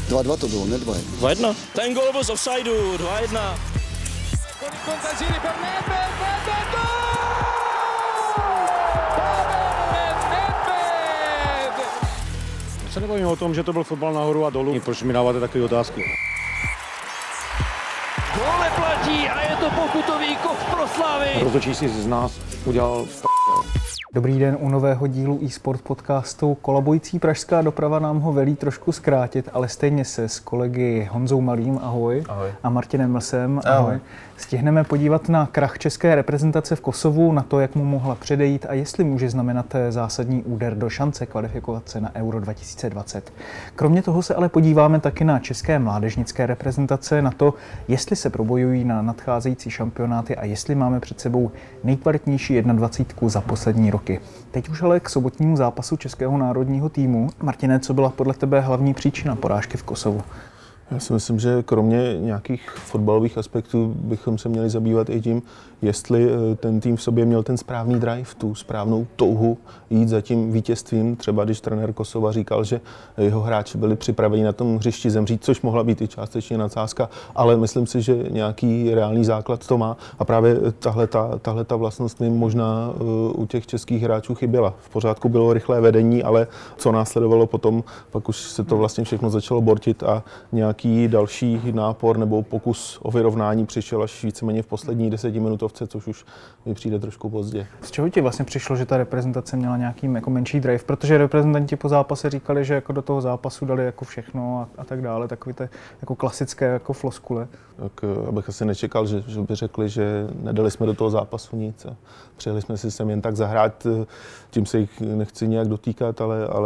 2-2 to bylo, ne 2-1. 2-1. Ten gol byl z offsideu, 2-1. Se nebavím o tom, že to byl fotbal nahoru a dolů. Proč mi dáváte takové otázky? Gol neplatí a je to pokutový kov pro Slavii. Rozhodčí si z nás udělal Dobrý den u nového dílu eSport podcastu. Kolabující pražská doprava nám ho velí trošku zkrátit, ale stejně se s kolegy Honzou Malým, ahoj, a Martinem Mlsem, ahoj, stihneme podívat na krach české reprezentace v Kosovu, na to, jak mu mohla předejít a jestli může znamenat zásadní úder do šance kvalifikovat se na Euro 2020. Kromě toho se ale podíváme taky na české mládežnické reprezentace, na to, jestli se probojují na nadcházející šampionáty a jestli máme před sebou nejkvalitnější 21 za poslední roky. Teď už ale k sobotnímu zápasu českého národního týmu. Martine, co byla podle tebe hlavní příčina porážky v Kosovu? Já si myslím, že kromě nějakých fotbalových aspektů bychom se měli zabývat i tím, jestli ten tým v sobě měl ten správný drive, tu správnou touhu jít za tím vítězstvím. Třeba když trenér Kosova říkal, že jeho hráči byli připraveni na tom hřišti zemřít, což mohla být i částečně nadsázka, ale myslím si, že nějaký reálný základ to má a právě tahle ta vlastnost mi možná u těch českých hráčů chyběla. V pořádku bylo rychlé vedení, ale co následovalo potom, pak už se to vlastně všechno začalo bortit a nějaký další nápor nebo pokus o vyrovnání přišel až víceméně v poslední 10minutovce, což už mi přijde trošku pozdě. Z čeho ti vlastně přišlo, že ta reprezentace měla nějaký jako menší drive? Protože reprezentanti po zápase říkali, že jako do toho zápasu dali jako všechno a tak dále, takové ty jako klasické jako floskule. Tak abych asi nečekal, že by řekli, že nedali jsme do toho zápasu nic a přijeli jsme si sem jen tak zahrát, tím se jich nechci nějak dotýkat, ale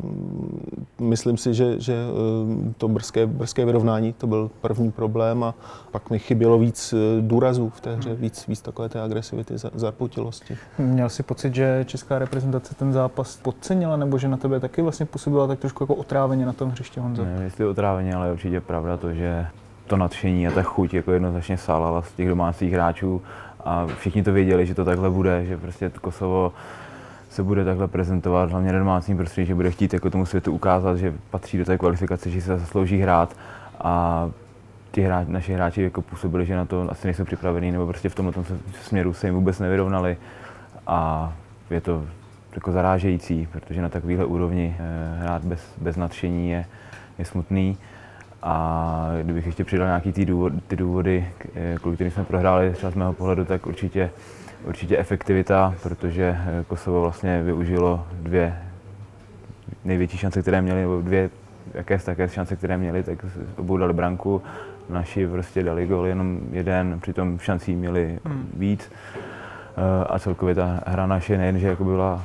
myslím si, že to brzké vyrovnání, to byl první problém a pak mi chybělo víc důrazů v té hře, víc takové té agresivity, zarputilosti. Měl jsi pocit, že česká reprezentace ten zápas podcenila, nebo že na tebe taky vlastně působila tak trošku jako otráveně na tom hřišti, Honzo? Ne, jestli otráveně, ale určitě pravda to, že to nadšení a ta chuť jako jednoznačně sálala z těch domácích hráčů a všichni to věděli, že to takhle bude, že prostě Kosovo se bude takhle prezentovat, hlavně na domácím prostředí, že bude chtít jako tomu světu ukázat, že patří do té kvalifikace, že se zaslouží hrát a naši hráči jako působili, že na to asi nejsou připravení nebo prostě v tomto směru se jim vůbec nevyrovnali a je to jako zarážející, protože na takovéhle úrovni hrát bez nadšení je smutný. A kdybych ještě přidal nějaký ty důvody, kvůli kterým jsme prohráli třeba z mého pohledu, tak určitě efektivita, protože Kosovo vlastně využilo dvě největší šance, které měli, nebo dvě jaké šance, které měli, tak obou dali branku. Naši prostě dali gól jenom jeden, přitom šancí měli víc. A celkově ta hra naše nejen, že jako byla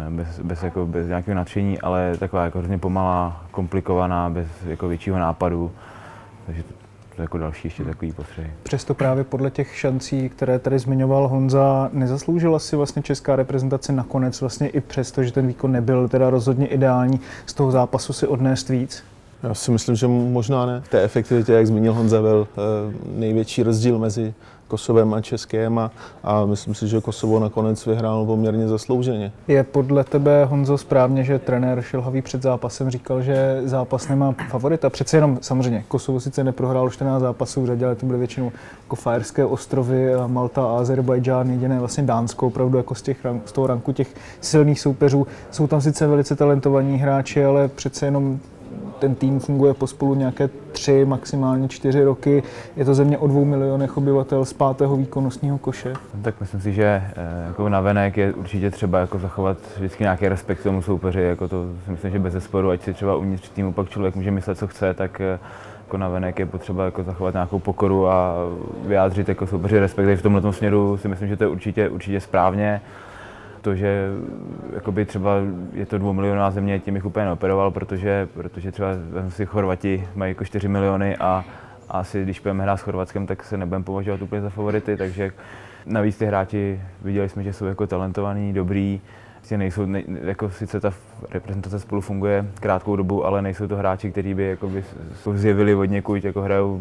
bez nějakého nadšení, ale taková jako hrozně pomalá, komplikovaná, bez jako většího nápadu. Takže to jako další ještě takový postřeh. Přesto právě podle těch šancí, které tady zmiňoval Honza, nezasloužila si vlastně česká reprezentace nakonec vlastně i přesto, že ten výkon nebyl teda rozhodně ideální, z toho zápasu si odnést víc? Já si myslím, že možná ne. V té efektivitě, jak zmínil Honza, byl největší rozdíl mezi Kosovem a Českém a myslím si, že Kosovo nakonec vyhrálo poměrně zaslouženě. Je podle tebe, Honzo, správně, že trenér Šilhavý před zápasem říkal, že zápas nemá favorita? Přece jenom samozřejmě, Kosovo sice neprohrálo 14 zápasů v řadě, ale to byly většinou jako Fajerské ostrovy, Malta a Azerbajdžán, jediné vlastně Dánsko, opravdu jako z toho ranku těch silných soupeřů. Jsou tam sice velice talentovaní hráči, ale přece jenom ten tým funguje pospolu nějaké 3, maximálně 4 roky. Je to země o 2 milionech obyvatel z 5. výkonnostního koše. Tak myslím si, že jako navenek je určitě třeba jako zachovat vždycky nějaký respekt tomu soupeři. Jako to si myslím, že bez zesporu, ať si třeba uvnitř týmu pak člověk může myslet, co chce, tak jako navenek je potřeba jako zachovat nějakou pokoru a vyjádřit jako soupeři respekt. V tomto směru si myslím, že to je určitě správně. To, že jakoby třeba je to 2 milionová země, tím bych úplně neoperoval, protože třeba si Chorvati mají jako 4 miliony a asi když budeme hrát s Chorvatskem, tak se nebudeme považovat úplně za favority, takže navíc ty hráči viděli jsme, že jsou jako talentovaní, dobrý, jako sice ta reprezentace spolu funguje krátkou dobu, ale nejsou to hráči, kteří by zjevili od někud, jako hrajou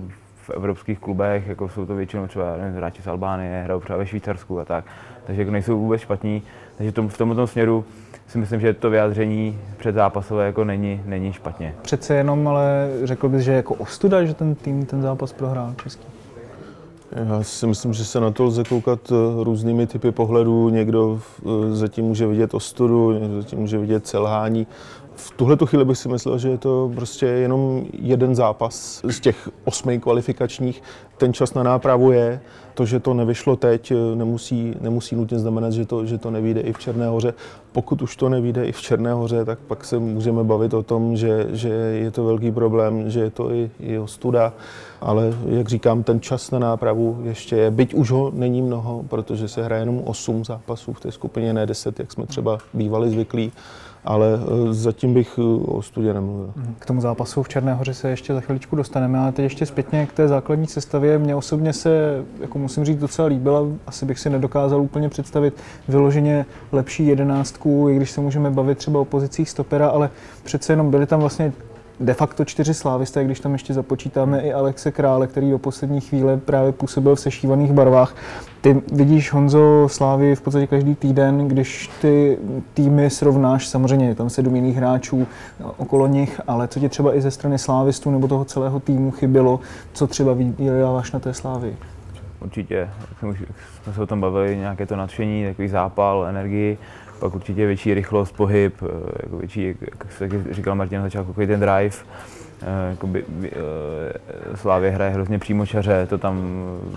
v evropských klubech, jako jsou to většinou třeba nevím, hráči z Albánie, hrajou třeba ve Švýcarsku a tak, takže jako nejsou vůbec špatní, takže v tomto směru si myslím, že to vyjádření předzápasové jako není špatně. Přece jenom, ale řekl bys, že jako ostuda, že ten tým ten zápas prohrál český? Já si myslím, že se na to lze koukat různými typy pohledů. Někdo zatím může vidět ostudu, někdo zatím může vidět selhání. V tuhletu chvíli bych si myslel, že je to prostě jenom jeden zápas z těch 8 kvalifikačních. Ten čas na nápravu je. To, že to nevyšlo teď, nemusí nutně znamenat, že to nevyjde i v Černé Hoře. Pokud už to nevyjde i v Černé Hoře, tak pak se můžeme bavit o tom, že je to velký problém, že je to i ostuda. Ale jak říkám, ten čas na nápravu ještě je. Byť už ho není mnoho, protože se hraje jenom 8 zápasů v té skupině, ne 10, jak jsme třeba bývali zvyklí. Ale zatím bych o studě nemluvil. K tomu zápasu v Černé Hoře se ještě za chviličku dostaneme, ale teď ještě zpětně k té základní sestavě. Mně osobně se, jako musím říct, docela líbila. Asi bych si nedokázal úplně představit vyloženě lepší 11, i když se můžeme bavit třeba o pozicích stopera, ale přece jenom byli tam vlastně de facto 4 slávisté, když tam ještě započítáme i Alexe Krále, který do poslední chvíle právě působil v sešívaných barvách. Ty vidíš, Honzo, Slávy v podstatě každý týden, když ty týmy srovnáš, samozřejmě je tam 7 jiných hráčů okolo nich, ale co ti třeba i ze strany slávistů nebo toho celého týmu chybělo, co třeba vyděláváš na té Slávy? Určitě, už jsme se o tom bavili, nějaké to nadšení, takový zápal, energii, pak určitě větší rychlost, pohyb, jako větší, jak říkal Martin na začátku, takový ten drive. Slávě hraje hrozně přímočaře, to tam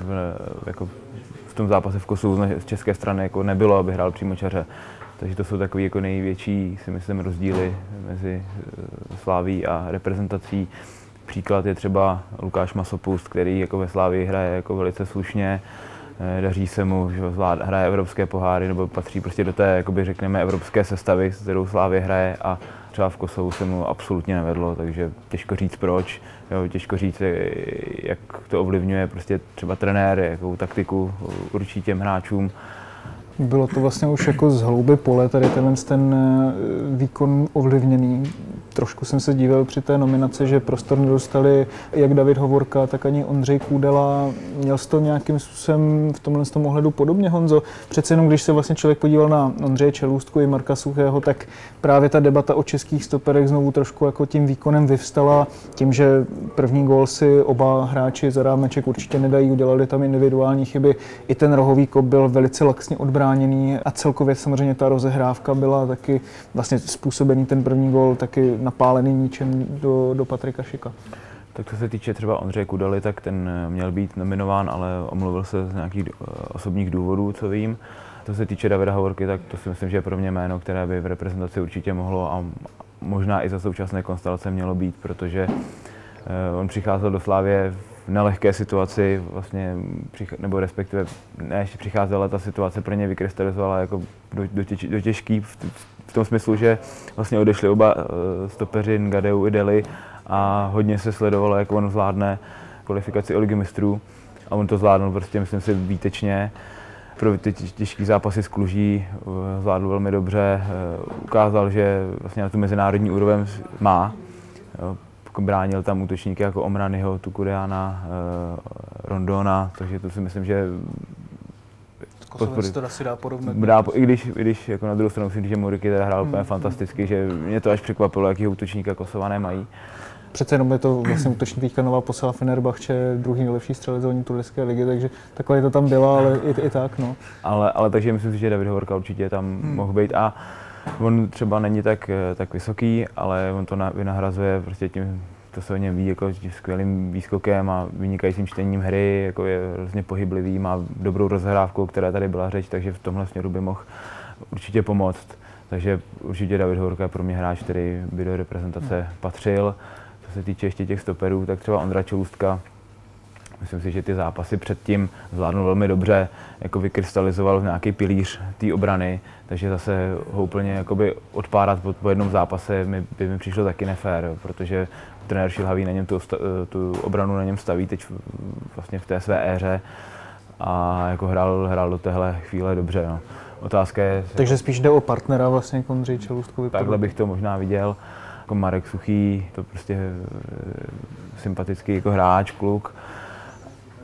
jako v tom zápase v Kosovu z české strany jako nebylo, aby hrál přímočaře. Takže to jsou takový jako největší, si myslím, rozdíly mezi Sláví a reprezentací. Příklad je třeba Lukáš Masopust, který jako ve Slávii hraje jako velice slušně, daří se mu, že hraje evropské poháry nebo patří prostě do té, jakoby řekněme, evropské sestavy, s kterou Slávie hraje, a třeba v Kosovu se mu absolutně nevedlo, takže těžko říct proč, jo, těžko říct, jak to ovlivňuje prostě třeba trenér, jakou taktiku určí těm hráčům. Bylo to vlastně už jako z hlouby pole, tady ten výkon ovlivněný. Trošku jsem se díval při té nominaci, že prostor nedostali jak David Hovorka, tak ani Ondřej Kůdela. Měl jsi to nějakým způsobem v tomhle ohledu podobně, Honzo? Přece jenom, když se vlastně člověk podíval na Ondřeje Čelůstku i Marka Suchého, tak právě ta debata o českých stoperech znovu trošku jako tím výkonem vyvstala. Tím, že první gól si oba hráči za rámeček určitě nedají, udělali tam individuální chyby. I ten rohový kop byl velice laxně odbráněný a celkově samozřejmě ta rozehrávka byla taky vlastně způsobený ten první gól taky napálený míčem do Patrika Šika. Tak co se týče třeba Ondřeje Kudely, tak ten měl být nominován, ale omluvil se z nějakých osobních důvodů, co vím. Co se týče Davida Hovorky, tak to si myslím, že je pro mě jméno, které by v reprezentaci určitě mohlo a možná i za současné konstelace mělo být, protože on přicházel do Slávie v nelehké situaci, vlastně, nebo respektive ne, ještě přicházel, ale ta situace pro ně vykrystalizovala jako do těžký v tom smyslu, že vlastně odešli oba stopeři Ngadeu i Deli a hodně se sledovalo, jak on zvládne kvalifikaci o Ligy mistrů a on to zvládnul prostě, myslím si, výtečně. Pro ty těžké zápasy s Kluží zvládl velmi dobře, ukázal, že vlastně na tu mezinárodní úroveň má. Bránil tam útočníky jako Omranyho, Tukureana, Rondona, takže to si myslím, že Kosovec to asi dá porovnat. I když jako na druhou stranu si říct, že Muriky teda hrál úplně fantasticky, že mě to až překvapilo, jakýho útočníka Kosované mají. Přece jenom je to vlastně útočník teďka nová posila Fenerbahče, druhý nejlepší střelec tuniské ligy, takže takhle to tam byla, ale i tak, no. Ale takže myslím si, že David Hovorka určitě tam mohl být a on třeba není tak vysoký, ale on to vynahrazuje prostě tím, to se o něm ví, jako skvělým výskokem a vynikajícím čtením hry, jako je hrozně pohyblivý, má dobrou rozhrávku, která tady byla řeč, takže v tomhle směru by mohl určitě pomoct. Takže určitě David Hovorka je pro mě hráč, který by do reprezentace patřil. Co se týče ještě těch stoperů, tak třeba Ondra Čelůstka, myslím si, že ty zápasy předtím zvládnul velmi dobře, jako vykrystalizoval v nějaký pilíř té obrany, takže zase ho úplně jakoby odpárat po jednom zápase by mi přišlo taky nefér, protože trenér Šilhavý na něm tu obranu na něm staví teď vlastně v té své éře a jako hrál do téhle chvíle dobře. No. Otázka je... Takže spíš jde o partnera vlastně k Ondřeji Čelůstkovi. Takhle bych to možná viděl. Jako Marek Suchý, to prostě sympatický jako hráč, kluk.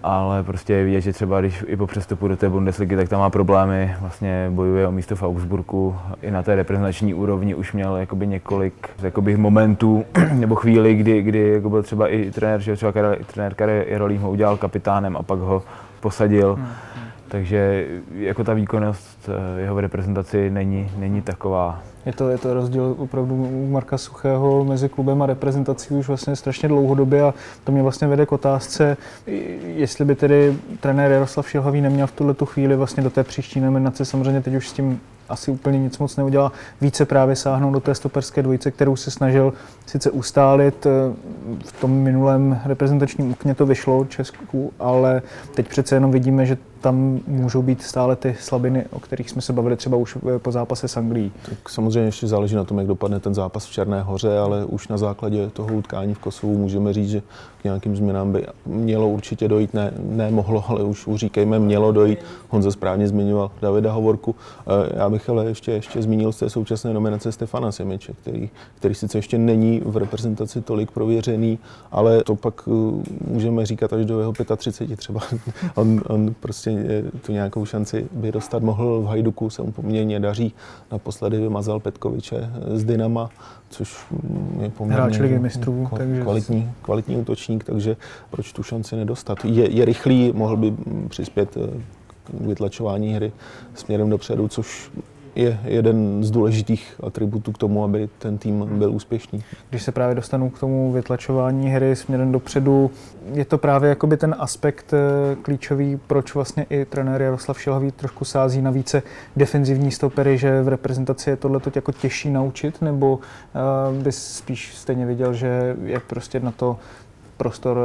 ale prostě je vidět, že třeba když i po přestupu do té Bundesligy, tak tam má problémy, vlastně bojuje o místo v Augsburgu, i na té reprezentační úrovni už měl jakoby několik jakoby momentů nebo chvíli, kdy jako byl třeba i trenér, že třeba trenér Karel Jarolím ho udělal kapitánem a pak ho posadil. Takže jako ta výkonnost jeho v reprezentaci není taková. Je to rozdíl opravdu u Marka Suchého mezi klubem a reprezentací už vlastně strašně dlouhodobě a to mě vlastně vede k otázce, jestli by tedy trenér Jaroslav Šilhavý neměl v tuhletu chvíli vlastně do té příští nominace, samozřejmě teď už s tím asi úplně nic moc neudělá, více právě sáhnout do té stoperské dvojice, kterou se snažil sice ustálit. V tom minulém reprezentačním okně to vyšlo Česku, ale teď přece jenom vidíme, že tam můžou být stále ty slabiny, o kterých jsme se bavili třeba už po zápase s Anglií. Tak samozřejmě ještě záleží na tom, jak dopadne ten zápas v Černé Hoře, ale už na základě toho utkání v Kosovu můžeme říct, že k nějakým změnám by mělo určitě dojít, ne mohlo, ale už říkejme mělo dojít. Honza správně zmiňoval Davida Hovorku. Já bych ale ještě zmínil z té současné nominace Stefana Simiče, který sice ještě není v reprezentaci tolik prověřený, ale to pak můžeme říkat až do jeho 35 třeba. On prostě tu nějakou šanci by dostat mohl. V Hajduku se mu poměrně daří. Naposledy vymazal Petkoviče z Dynama, což je poměrně hráč Ligy mistrů, kvalitní útočník, takže proč tu šanci nedostat? Je rychlý, mohl by přispět k vytlačování hry směrem dopředu, což je jeden z důležitých atributů k tomu, aby ten tým byl úspěšný. Když se právě dostanu k tomu vytlačování hry směrem dopředu, je to právě jakoby ten aspekt klíčový, proč vlastně i trenér Jaroslav Šilhavý trošku sází na více defenzivní stopery, že v reprezentaci je tohleto jako těžší naučit, nebo bys spíš stejně viděl, že je prostě na to prostor,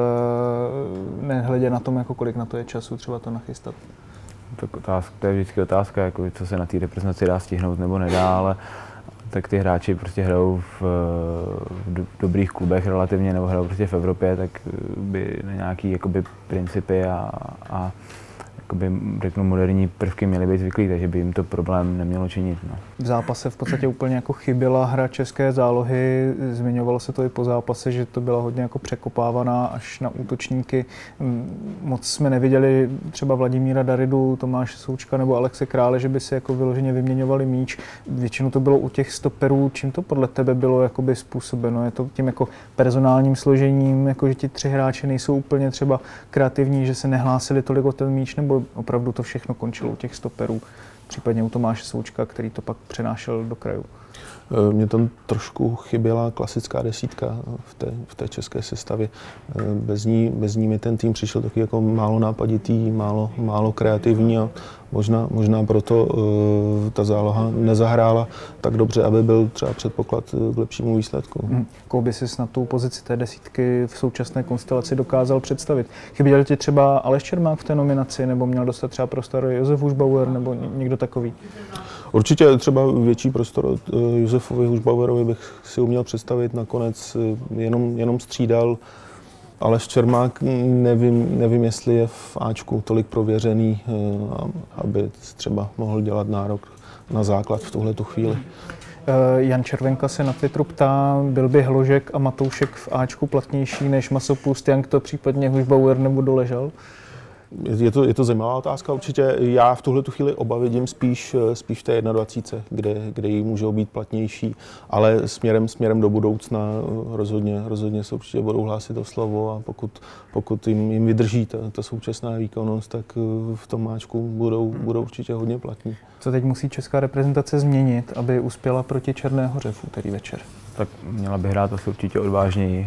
nehledě na tom, jako kolik na to je času třeba to nachystat? To je vždycky otázka, jako, co se na té reprezentaci dá stihnout nebo nedá, ale tak ty hráči prostě hrajou v dobrých klubech relativně, nebo hrajou prostě v Evropě, tak by na nějaký jakoby principy a jakoby, řeknu, moderní prvky měly být zvyklí, takže by jim to problém nemělo činit. No. V zápase v podstatě úplně jako chyběla hra české zálohy, zmiňovalo se to i po zápase, že to byla hodně jako překopávaná až na útočníky. Moc jsme neviděli třeba Vladimíra Daridu, Tomáše Součka nebo Alexe Krále, že by si jako vyloženě vyměňovali míč. Většinou to bylo u těch stoperů. Čím to podle tebe bylo jakoby způsobeno? Je to tím jako personálním složením, jako že ti tři hráči nejsou úplně třeba kreativní, že se nehlásili tolik o ten míč, nebo opravdu to všechno končilo u těch stoperů, případně u Tomáše Součka, který to pak přenášel do krajů? Mně tam trošku chyběla klasická desítka v té české sestavě. Bez ní mi ten tým přišel taky jako málo nápaditý, málo kreativní a možná proto ta záloha nezahrála tak dobře, aby byl třeba předpoklad k lepšímu výsledku. Koho by si na tu pozici té desítky v současné konstelaci dokázal představit? Chyběl ti třeba Aleš Čermák v té nominaci, nebo měl dostat třeba prostor Josef Hušbauer nebo někdo takový? Určitě třeba větší prostor od Josefovi Hušbauerovi bych si uměl představit, nakonec jenom střídal. Aleš Čermák nevím, jestli je v Ačku tolik prověřený, aby třeba mohl dělat nárok na základ v tuhletu chvíli. Jan Červenka se na Twitteru ptá, byl by Hložek a Matoušek v Ačku platnější než Masopust, Jank, případně Hušbauer nebo Doležal? Je to zajímavá otázka určitě. Já v tuhletu chvíli oba vidím spíš v té 21, kde jí můžou být platnější, ale směrem do budoucna rozhodně se určitě budou hlásit o slovo a pokud jim vydrží ta současná výkonnost, tak v tom máčku budou určitě hodně platní. Co teď musí česká reprezentace změnit, aby uspěla proti Černé Hoře v úterý večer? Tak měla by hrát asi určitě odvážněji,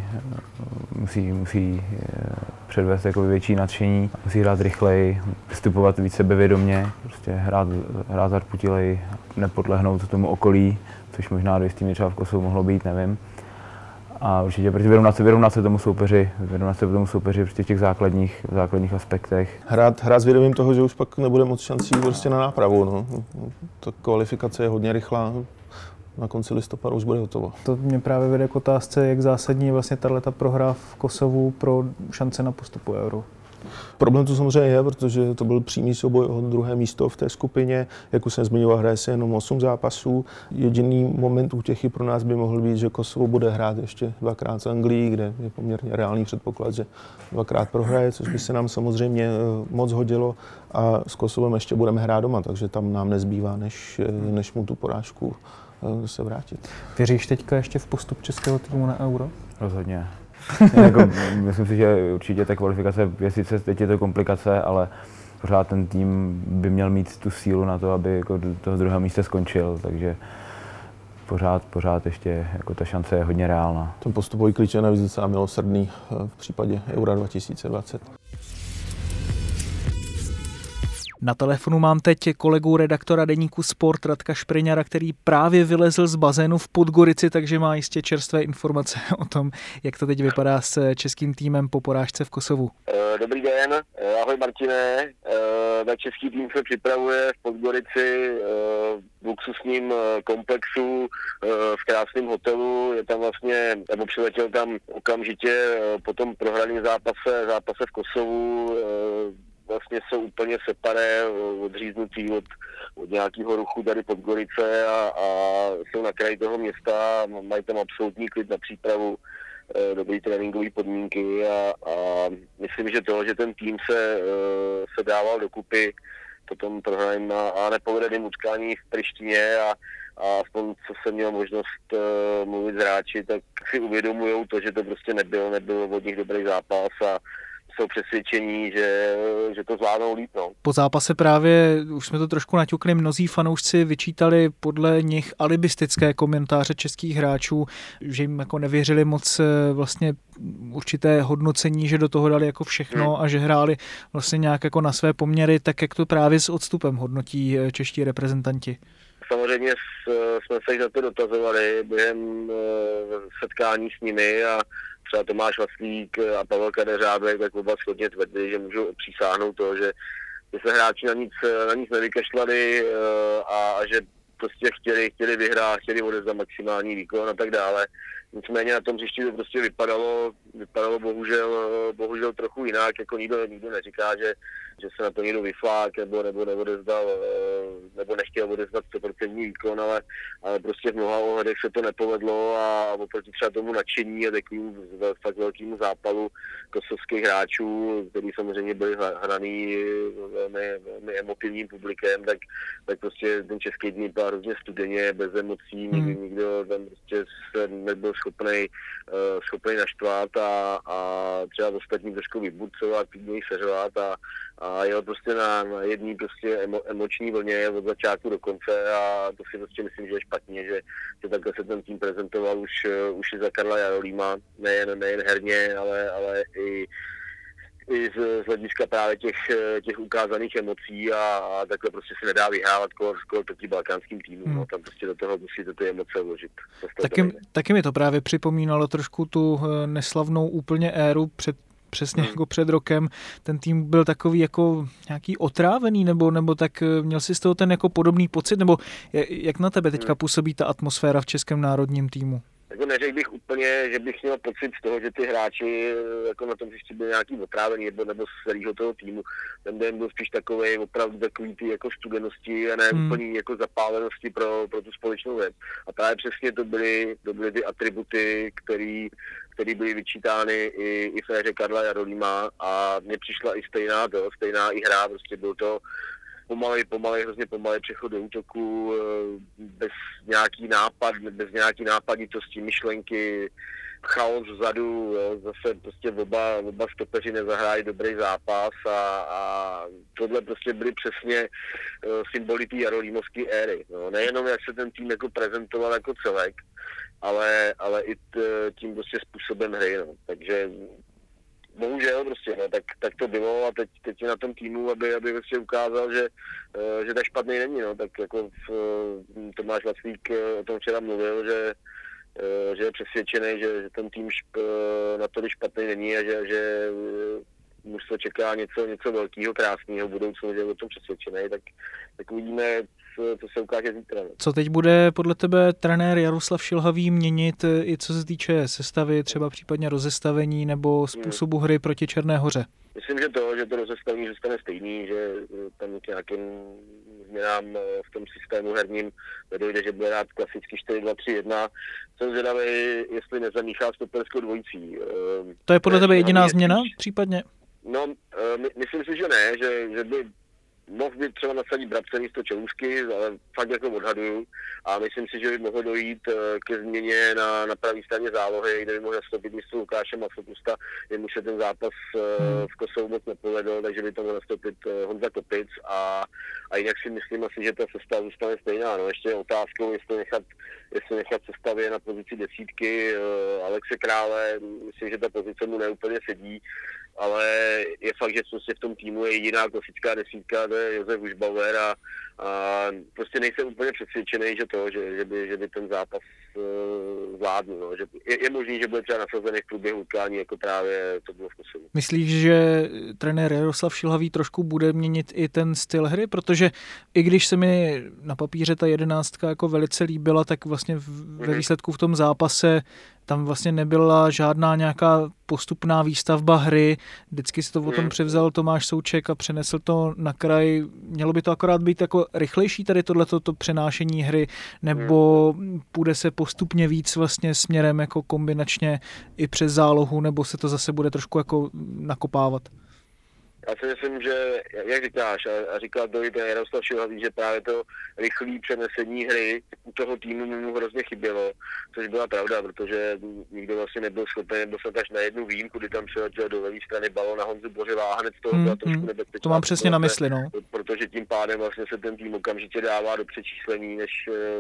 musí předvést jako větší nadšení, musí hrát rychleji, vystupovat víc sebevědomě, prostě hrát zarputileji, nepodlehnout tomu okolí, což možná do jistý míry třeba v Kosovu mohlo být, nevím. A určitě vyrovnat se tomu soupeři prostě v těch základních aspektech. Hrát s vědomím toho, že už pak nebude moc šancí prostě na nápravu. No. Ta kvalifikace je hodně rychlá. Na konci listopadu už bude hotovo. To mě právě vede k otázce, jak zásadní je vlastně tato prohra v Kosovu pro šance na postupu Euro. Problém to samozřejmě je, protože to byl přímý souboj o druhé místo v té skupině. Jak už jsem zmiňoval, hraje se jenom 8 zápasů. Jediný moment útěchy pro nás by mohl být, že Kosovo bude hrát ještě 2krát s Anglií, kde je poměrně reálný předpoklad, že 2krát prohraje, což by se nám samozřejmě moc hodilo. A s Kosovem ještě budeme hrát doma, takže tam nám nezbývá, než mu tu porážku se vrátit. Věříš teďka ještě v postup českého týmu na Euro? Rozhodně. Jako, myslím si, že určitě ta kvalifikace je sice teď je to komplikace, ale pořád ten tým by měl mít tu sílu na to, aby jako do toho druhého místa skončil, takže pořád ještě jako ta šance je hodně reálná. Ten postupový klíč je navíc docela milosrdný v případě Eura 2020. Na telefonu mám teď kolegu redaktora deníku Sport Radka Špriňara, který právě vylezl z bazénu v Podgorici, takže má jistě čerstvé informace o tom, jak to teď vypadá s českým týmem po porážce v Kosovu. Dobrý den, ahoj Martine. Na český tým se připravuje v Podgorici v luxusním komplexu v krásném hotelu. Je tam vlastně, nebo přiletěl tam okamžitě po tom prohraném zápase v Kosovu. Vlastně jsou úplně separé, odříznutí od nějakého ruchu tady Podgorice a jsou na kraji toho města, mají tam absolutní klid na přípravu, dobrý tréninkové podmínky a myslím, že to, že ten tým se dával dokupy po tom prohraném a nepovedeném utkání v Prištině a aspoň co jsem měl možnost mluvit s hráči, tak si uvědomujou to, že to prostě nebyl od nich dobrý zápas a jsou přesvědčení, že to zvládnou líp. No. Po zápase právě, už jsme to trošku naťukli, mnozí fanoušci vyčítali podle nich alibistické komentáře českých hráčů, že jim jako nevěřili moc vlastně určité hodnocení, že do toho dali jako všechno a že hráli vlastně nějak jako na své poměry, tak jak to právě s odstupem hodnotí čeští reprezentanti. Samozřejmě jsme se jich za to dotazovali během setkání s nimi a třeba Tomáš Vaclík a Pavel Kadeřábek, tak oba shodně tvrdili, že můžou přísáhnout to, že se hráči na nic nevykašlali a že prostě chtěli vyhrát, chtěli odevzdat maximální výkon a tak dále. Nicméně na tom hřišti to prostě vypadalo bohužel trochu jinak, jako nikdo neříká, že se na to někdo vyflák nebo neodezdal, nebo nechtěl odezdat 100% výkon, ale prostě v mnoha ohledech se to nepovedlo a oproti třeba tomu nadšení a takovým fakt velkému zápalu kosovských hráčů, kteří samozřejmě byli hraný velmi emotivním publikem, tak prostě ten český tým byl hrozně studeně, bez emocí, nikdo tam prostě se nebyl schopnej naštvat a třeba ostatní trošku vyburcovat, klidněji seřovat a jel prostě na jedný prostě emoční vlně od začátku do konce a to si prostě myslím, že je špatně, že takhle se ten tým prezentoval už i za Karla Jarolíma, nejen herně, ale i z hlediska právě těch ukázaných emocí a takhle prostě se nedá vyhrávat kol proti balkánským týmům. No, tam prostě do toho musíte ty emoce vložit. Taky mi to právě připomínalo trošku tu neslavnou úplně éru přesně jako před rokem. Ten tým byl takový jako nějaký otrávený, nebo tak měl jsi z toho ten jako podobný pocit, nebo jak na tebe teďka působí ta atmosféra v českém národním týmu? Jako neřekl bych úplně, že bych měl pocit z toho, že ty hráči jako na tom hřišti byli nějaký otrávený nebo z celého toho týmu. Ten den byl spíš takovej, opravdu takový ty jako studenosti a ne úplný jako zapálenosti pro tu společnou věc. A právě přesně to byly ty atributy, které byly vyčítány i v éře Karla Jarolíma a mně přišla i stejná i hra, prostě byl to hrozně pomalý přechod do útoku, bez nějaký nápaditosti, myšlenky, chaos vzadu, jo, zase prostě oba stopeři nezahráli dobrý zápas a tohle prostě byly přesně symboly té jarolímovské éry. No. Nejenom jak se ten tým jako prezentoval jako celek, ale i tím prostě způsobem hry. No. Takže bohužel prostě, no, tak to bylo a teď je na tom týmu, aby prostě ukázal, že tak špatný není, no, tak jako Tomáš Vaclík o tom včera mluvil, že je přesvědčený, že ten tým natolik špatný není a že mužstvo čeká něco velkého, krásného v budoucnu, že je o tom přesvědčený, tak uvidíme, co se ukáže zítra. Co teď bude podle tebe trenér Jaroslav Šilhavý měnit, i co se týče sestavy, třeba případně rozestavení nebo způsobu hry proti Černé Hoře? Myslím, že to rozestavení zůstane stejný, že tam k nějakým změnám v tom systému herním nedojde, že bude rád klasicky 4-2-3-1. Jsem zvědavý, jestli nezamíchá stoperskou dvojicí. To je podle tebe jediná změna případně? No, myslím si, že ne, že by mohl by třeba nasadit Brabce místo Čelůsky, ale fakt jako odhaduju. A myslím si, že by mohlo dojít ke změně na pravé straně zálohy, kde by mohl nastoupit místo Lukáše Masopusta, jemu se ten zápas v Kosovu moc nepovedl, takže by to mohl nastoupit Honza Kopic a jinak si myslím asi, že ta sestava zůstane stejná. No, ještě je otázkou, jestli nechat sestavě na pozici desítky Alexe Krále, myslím, že ta pozice mu neúplně sedí, ale je fakt, že prostě v tom týmu je jediná klasická desítka, to je Josef Užbauer a prostě nejsem úplně přesvědčený, že by ten zápas zvládl. No. Že je možný, že bude třeba nasazený v průběhu utkání, jako právě to bylo v Kosovu. Myslíš, že trenér Jaroslav Šilhavý trošku bude měnit i ten styl hry? Protože i když se mi na papíře ta 11 jako velice líbila, tak vlastně ve výsledku v tom zápase tam vlastně nebyla žádná nějaká postupná výstavba hry. Vždycky si to o tom převzal Tomáš Souček a přenesl to na kraj. Mělo by to akorát být jako rychlejší tady tohleto přenášení hry, nebo půjde se postupně víc vlastně směrem jako kombinačně i přes zálohu, nebo se to zase bude trošku jako nakopávat? Já si myslím, že, jak říkáš, a říkal to i ten Jaroslav Šilhavý, že právě to rychlé přenesení hry u toho týmu mu hrozně chybělo, což byla pravda, protože nikdo vlastně nebyl schopen dostat až na jednu výjimku, kdy tam přiletěl do levé strany balón na Honzu Bořeva a hned z toho byla trošku nebezpečná. To mám přesně na mysli, no. Protože tím pádem vlastně se ten tým okamžitě dává do přečíslení, než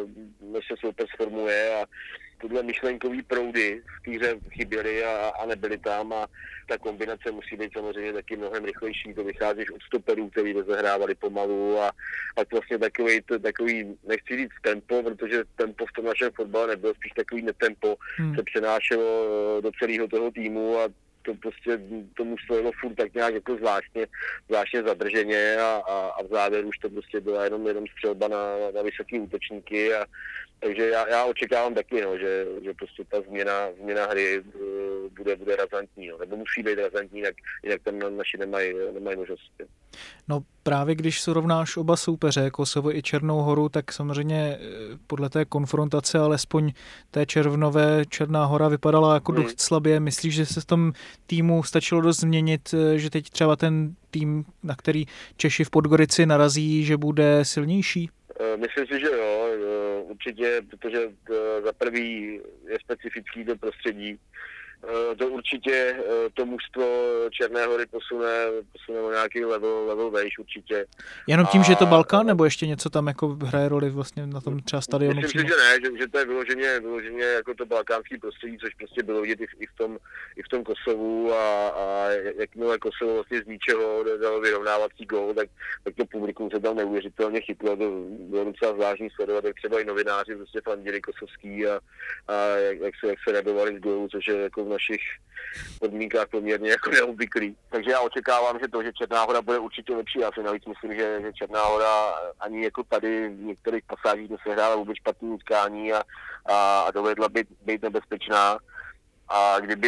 se soupeř sformuje a tyhle myšlenkový proudy v té hře chyběly a nebyly tam a ta kombinace musí být samozřejmě taky mnohem rychlejší. To vycházíš od stoperů, který rozehrávali pomalu a vlastně takový, nechci říct tempo, protože tempo v tom našem fotbale nebylo, spíš takový netempo se přenášelo do celého toho týmu a to prostě tomu stojilo furt tak nějak jako zvláštně zadrženě a v závěru už to prostě byla jenom střelba na vysoké útočníky takže já očekávám taky, no, že prostě ta změna hry bude razantní, no, nebo musí být razantní, jinak tam naši nemají možnost. No právě když srovnáš oba soupeře, Kosovo i Černou Horu, tak samozřejmě podle té konfrontace, alespoň té červnové, Černá Hora vypadala jako dost slabě. Myslíš, že se v tom týmu stačilo dost změnit, že teď třeba ten tým, na který Češi v Podgorici narazí, že bude silnější? Myslím si, že jo, určitě, protože za prvý je specifický to prostředí. To určitě to mužstvo Černé Hory posune o nějaký level vejš určitě. Jenom tím, že je to Balkán, nebo ještě něco tam jako hraje roli vlastně na tom třeba stadionu? Myslím si, že ne, že to je vyloženě jako to balkánský prostředí, což prostě bylo vidět i v tom Kosovu a jakmile Kosovo vlastně z ničeho dalo vyrovnávací gól, tak to publikum se tam neuvěřitelně chytlo, to bylo docela zvláštní sledovat, jak třeba i novináři prostě fandili kosovský a jak se radovali z gólu, což je jako v našich podmínkách poměrně jako neobvyklý. Takže já očekávám, že Černá Hora bude určitě lepší. Já si navíc myslím, že Černá Hora ani jako tady v některých pasážích nesehrála vůbec špatný utkání a dovedla být nebezpečná. A kdyby,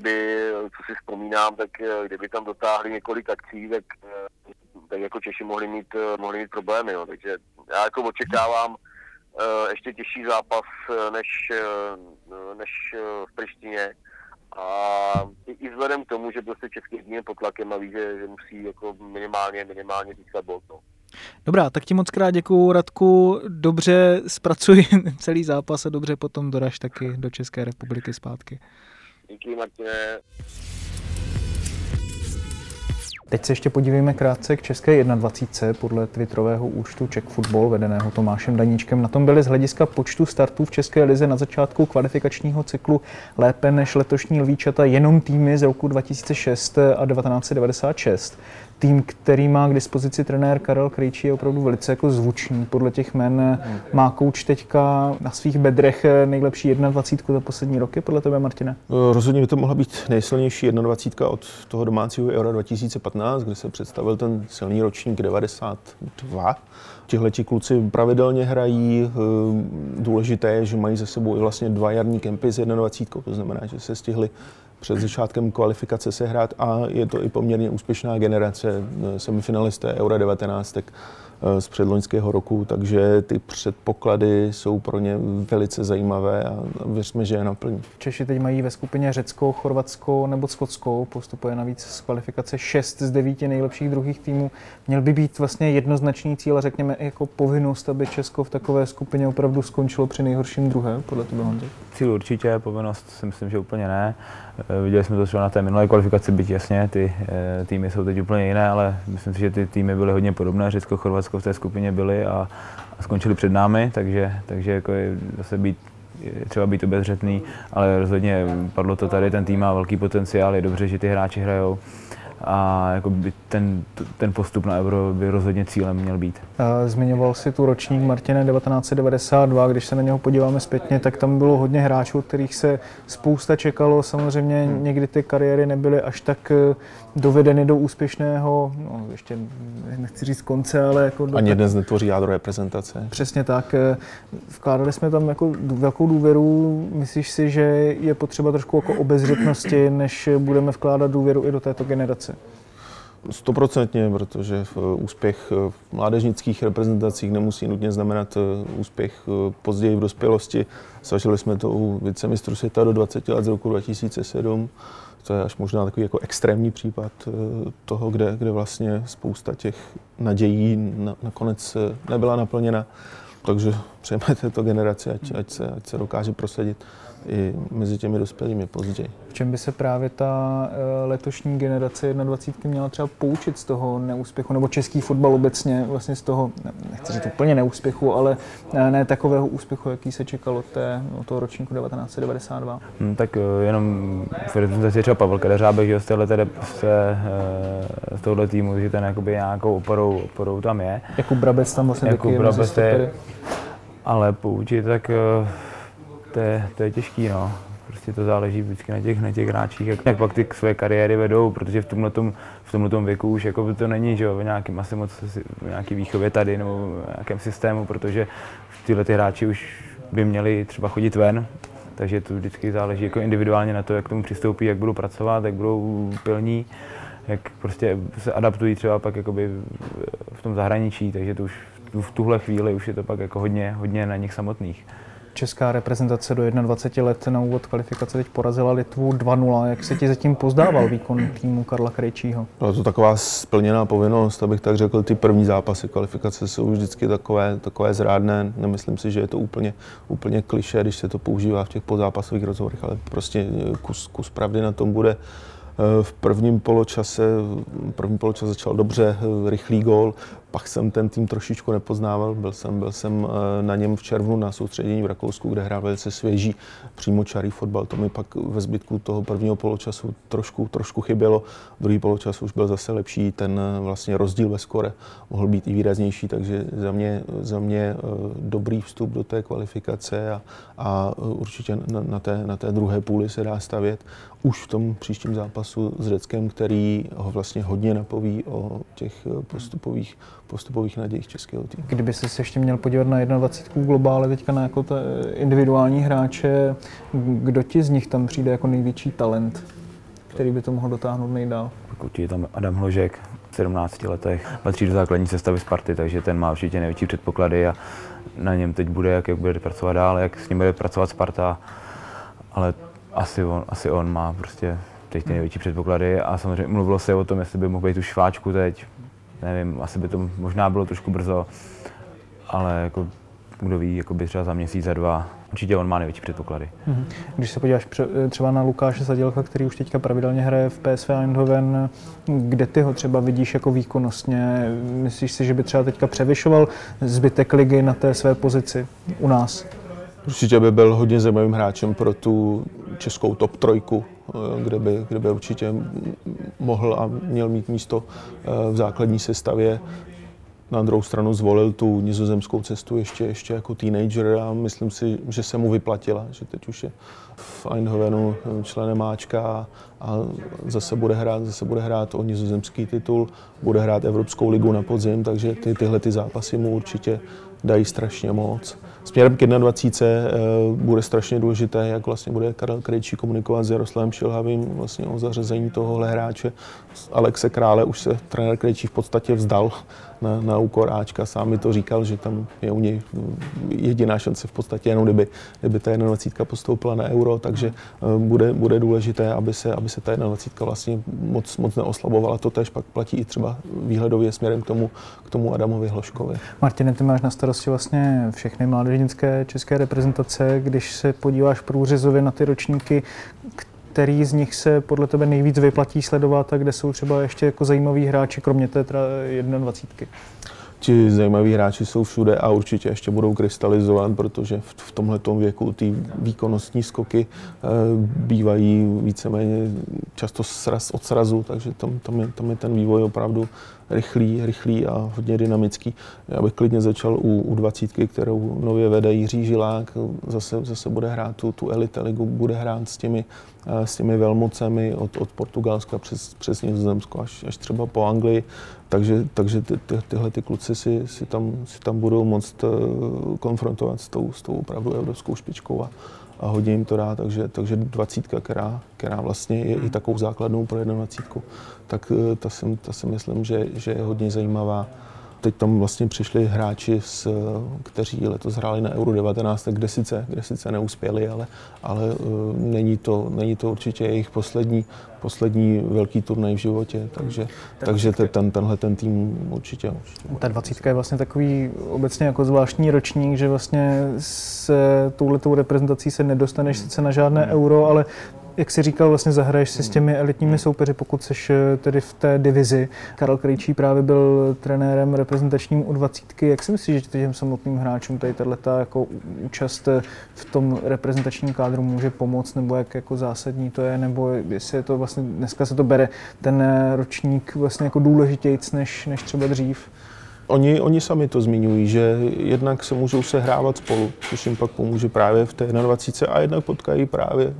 co si vzpomínám, tak kdyby tam dotáhli několik akcí, tak jako Češi mohli mít problémy. No. Takže já jako očekávám ještě těžší zápas než v Prištině. A i vzhledem k tomu, že prostě český tým je pod tlakem a ví, že musí jako minimálně získat bod. No. Dobrá, tak ti moc krát děkuju, Radku, dobře zpracuj celý zápas a dobře potom doraž taky do České republiky zpátky. Díky, Martine. Teď se ještě podívejme krátce k české 21. Podle twitterového účtu Czech Football, vedeného Tomášem Daníčkem. Na tom byly z hlediska počtu startů v České lize na začátku kvalifikačního cyklu lépe než letošní lvíčata jenom týmy z roku 2006 a 1996. tým, který má k dispozici trenér Karel Krejčí, je opravdu velice jako zvučný. Podle těch jmen má kouč teďka na svých bedrech nejlepší 21 za poslední roky, podle tebe, Martine? Rozhodně by to mohla být nejsilnější 21 od toho domácího Eura 2015, kde se představil ten silný ročník 92. Tihleti kluci pravidelně hrají, důležité je, že mají za sebou i vlastně 2 jarní kempy s 21, to znamená, že se stihli před začátkem kvalifikace sehrát a je to i poměrně úspěšná generace semifinalisté Eura 19 z předloňského roku, takže ty předpoklady jsou pro ně velice zajímavé a věřme, že je naplní. Češi teď mají ve skupině Řecko, Chorvatsko nebo Skotsko, postupuje navíc z kvalifikace 6 z 9 nejlepších druhých týmů. Měl by být vlastně jednoznačný cíl a řekněme jako povinnost, aby Česko v takové skupině opravdu skončilo při nejhorším druhém, podle tebe, Honzo? Cíl určitě, povinnost si myslím, že úplně ne. Viděli jsme to třeba na té minulé kvalifikaci, byť jasně, ty týmy jsou teď úplně jiné, ale myslím si, že ty týmy byly hodně podobné. Řecko, Chorvatsko v té skupině byly a skončili před námi, takže jako je zase třeba být obezřetný, ale rozhodně padlo to tady, ten tým má velký potenciál, je dobře, že ty hráči hrajou. A jako by ten postup na Euro by rozhodně cílem měl být. Zmiňoval si tu ročník Martine 1992, když se na něho podíváme zpětně, tak tam bylo hodně hráčů, od kterých se spousta čekalo. Samozřejmě někdy ty kariéry nebyly až tak dovedeny do úspěšného, no ještě nechci říct konce, ale jako... Ani dnes netvoří jádro reprezentace. Přesně tak. Vkládali jsme tam jako velkou důvěru. Myslíš si, že je potřeba trošku jako obezřetnosti, než budeme vkládat důvěru i do této generace? 100%, protože úspěch v mládežnických reprezentacích nemusí nutně znamenat úspěch později v dospělosti. Zažili jsme to u vicemistrů světa do 20 let z roku 2007. To je až možná takový jako extrémní případ toho, kde vlastně spousta těch nadějí nakonec nebyla naplněna. Takže přejeme této generaci, ať se dokáže prosadit i mezi těmi dospělými později. V čem by se právě ta letošní generace 21 měla třeba poučit z toho neúspěchu, nebo český fotbal obecně vlastně z toho, nechci říct úplně neúspěchu, ale ne takového úspěchu, jaký se čekalo od toho ročníku 1992? Tak jenom v reprezentaci třeba Pavel Kadeřábek, že z tohohle týmu, že ten jakoby nějakou oporou tam je. Jakub Brabec tam vlastně taky je mezi stopery. Ale poučit, tak to je těžký, no. Prostě to záleží vždycky na těch hráčích, jak pak ty své kariéry vedou, protože v tomhletom věku už jako to není, že jo, v nějakém asi moc v nějaký výchově tady nebo v nějakém systému, protože tyhle ty hráči už by měli třeba chodit ven, takže to vždycky záleží jako individuálně na to, jak k tomu přistoupí, jak budou pracovat, jak budou pilní, jak prostě se adaptují třeba pak jakoby v tom zahraničí, takže to už v tuhle chvíli už je to pak jako hodně na nich samotných. Česká reprezentace do 21 let na úvod kvalifikace teď porazila Litvu 2-0. Jak se ti zatím pozdával výkon týmu Karla Krejčího? Byla to taková splněná povinnost, abych tak řekl. Ty první zápasy kvalifikace jsou vždycky takové zrádné. Nemyslím si, že je to úplně klišé, když se to používá v těch podzápasových rozhovorech, ale prostě kus pravdy na tom bude. V první poločas začal dobře, rychlý gól, pak jsem ten tým trošičku nepoznával, byl jsem na něm v červnu na soustředění v Rakousku, kde hrál velice svěží, přímočarý fotbal, to mi pak ve zbytku toho prvního poločasu trošku chybělo, druhý poločas už byl zase lepší, ten vlastně rozdíl ve skore mohl být i výraznější, takže za mě dobrý vstup do té kvalifikace a určitě na té druhé půli se dá stavět už v tom příštím zápasu s Řeckem, který ho vlastně hodně napoví o těch postupových nadějích českého týmu. Kdyby se ještě měl podívat na 21 globále, teďka na jako individuální hráče, kdo ti z nich tam přijde jako největší talent, který by to mohl dotáhnout nejdál? Určitě tam Adam Hložek, v 17 letech, patří do základní sestavy Sparty, takže ten má určitě největší předpoklady a na něm teď bude, jak bude pracovat dál, jak s ním bude pracovat Sparta, ale asi on má prostě teď ty největší předpoklady a samozřejmě mluvilo se o tom, jestli by mohl být už šváčku teď. Nevím, asi by to možná bylo trošku brzo, ale jako, kdo ví, jako by třeba za měsíc, za dva, určitě on má největší předpoklady. Když se podíváš třeba na Lukáše Sadělka, který už teďka pravidelně hraje v PSV Eindhoven, kde ty ho třeba vidíš jako výkonnostně? Myslíš si, že by třeba teďka převyšoval zbytek ligy na té své pozici u nás? Určitě by byl hodně zajímavým hráčem pro tu českou top trojku, kde by určitě mohl a měl mít místo v základní sestavě. Na druhou stranu zvolil tu nizozemskou cestu ještě jako teenager a myslím si, že se mu vyplatila, že teď už je v Eindhovenu členem Ačka a zase bude hrát o nizozemský titul, bude hrát Evropskou ligu na podzim, takže tyhle zápasy mu určitě dají strašně moc. Směrem k 21. bude strašně důležité, jak vlastně bude Karel Krejčí komunikovat s Jaroslavem Šilhavým vlastně o zařazení tohohle hráče. Alexe Krále už se trenér Krejčí v podstatě vzdal na úkor Ačka. Sám mi to říkal, že tam je u něj jediná šance v podstatě jenom kdyby ta 21 postoupila na Euro, takže bude důležité, aby se ta 21 vlastně moc neoslabovala. To též pak platí i třeba výhledově směrem k tomu Adamovi Hloškovi. Martine, ty máš na starosti vlastně všechny mládežnické české reprezentace. Když se podíváš průřezově na ty ročníky, který z nich se podle tebe nejvíc vyplatí sledovat a kde jsou třeba ještě jako zajímaví hráči, kromě té 21? Ti zajímaví hráči jsou všude a určitě ještě budou krystalizovat, protože v tomhletom věku ty výkonnostní skoky bývají víceméně často od srazu, takže tam je ten vývoj opravdu rychlý a hodně dynamický. Já bych klidně začal u 20, kterou nově vede Jiří Žilák, zase bude hrát tu Elite ligu, bude hrát s těmi velmocemi od Portugalska přes Nizozemsko až třeba po Anglii, takže tyhle ty kluci si tam budou moct konfrontovat s tou opravdu evropskou špičkou a hodně jim to dá, takže 20, která vlastně je i takovou základnou pro 21, tak ta si myslím, že je hodně zajímavá. Teď tam vlastně přišli hráči, kteří letos hráli na Euro 19, kde sice neuspěli, ale není to určitě jejich poslední velký turnaj v životě, takže tenhle tým určitě. Ta 20 je vlastně takový obecně jako zvláštní ročník, že vlastně s touhletou reprezentací se nedostaneš sice na žádné Euro, ale jak jsi říkal, vlastně zahraješ si s těmi elitními soupeři, pokud seš tedy v té divizi. Karel Krejčí právě byl trenérem reprezentačním u 20. Jak si myslíš, že těm samotným hráčům tady tato jako účast v tom reprezentačním kádru může pomoct, nebo jak jako zásadní to je, nebo jestli je to vlastně, dneska se to bere ten ročník vlastně jako důležitějc než třeba dřív? Oni sami to zmiňují, že jednak se můžou sehrávat spolu, což jim pak pomůže právě v té 21 a jednak potkají právě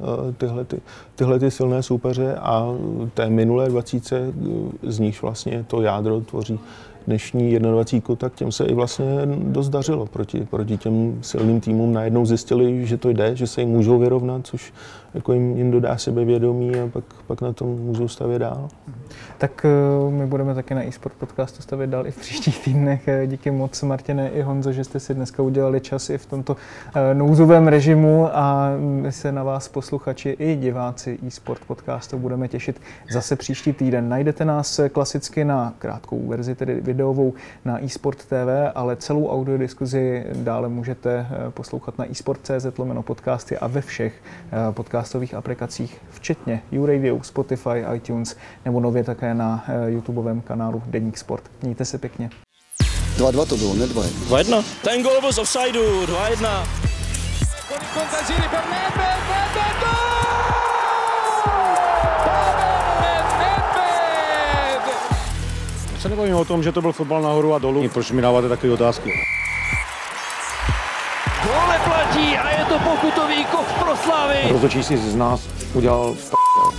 tyhle silné soupeře a té minulé 20, z nich vlastně to jádro tvoří dnešní 21, tak těm se i vlastně dost dařilo proti těm silným týmům. Najednou zjistili, že to jde, že se jim můžou vyrovnat, což jako jim dodá sebevědomí a pak na tom můžou stavět dál. Tak my budeme taky na eSport podcastu stavět dál i v příštích týdnech. Díky moc, Martine i Honzo, že jste si dneska udělali čas i v tomto nouzovém režimu a my se na vás posluchači i diváci eSport podcastu budeme těšit zase příští týden. Najdete nás klasicky na krátkou verzi, tedy videovou na eSport TV, ale celou audiodiskuzi dále můžete poslouchat na eSport.cz/podcasty a ve všech podcastových aplikacích, včetně YouRadio, Spotify, iTunes nebo nově také na YouTubeovém kanálu Deník Sport. Mějte se pěkně. 2-2 to bylo, ne 2-1. 2-1. Ten gol byl z offsideu, 2-1. Se nebavíme o tom, že to byl fotbal nahoru a dolů. Proč mi dáváte takové otázky? Gól neplatí a je to pokutový kov pro Slavii. Rozhodčí si z nás udělal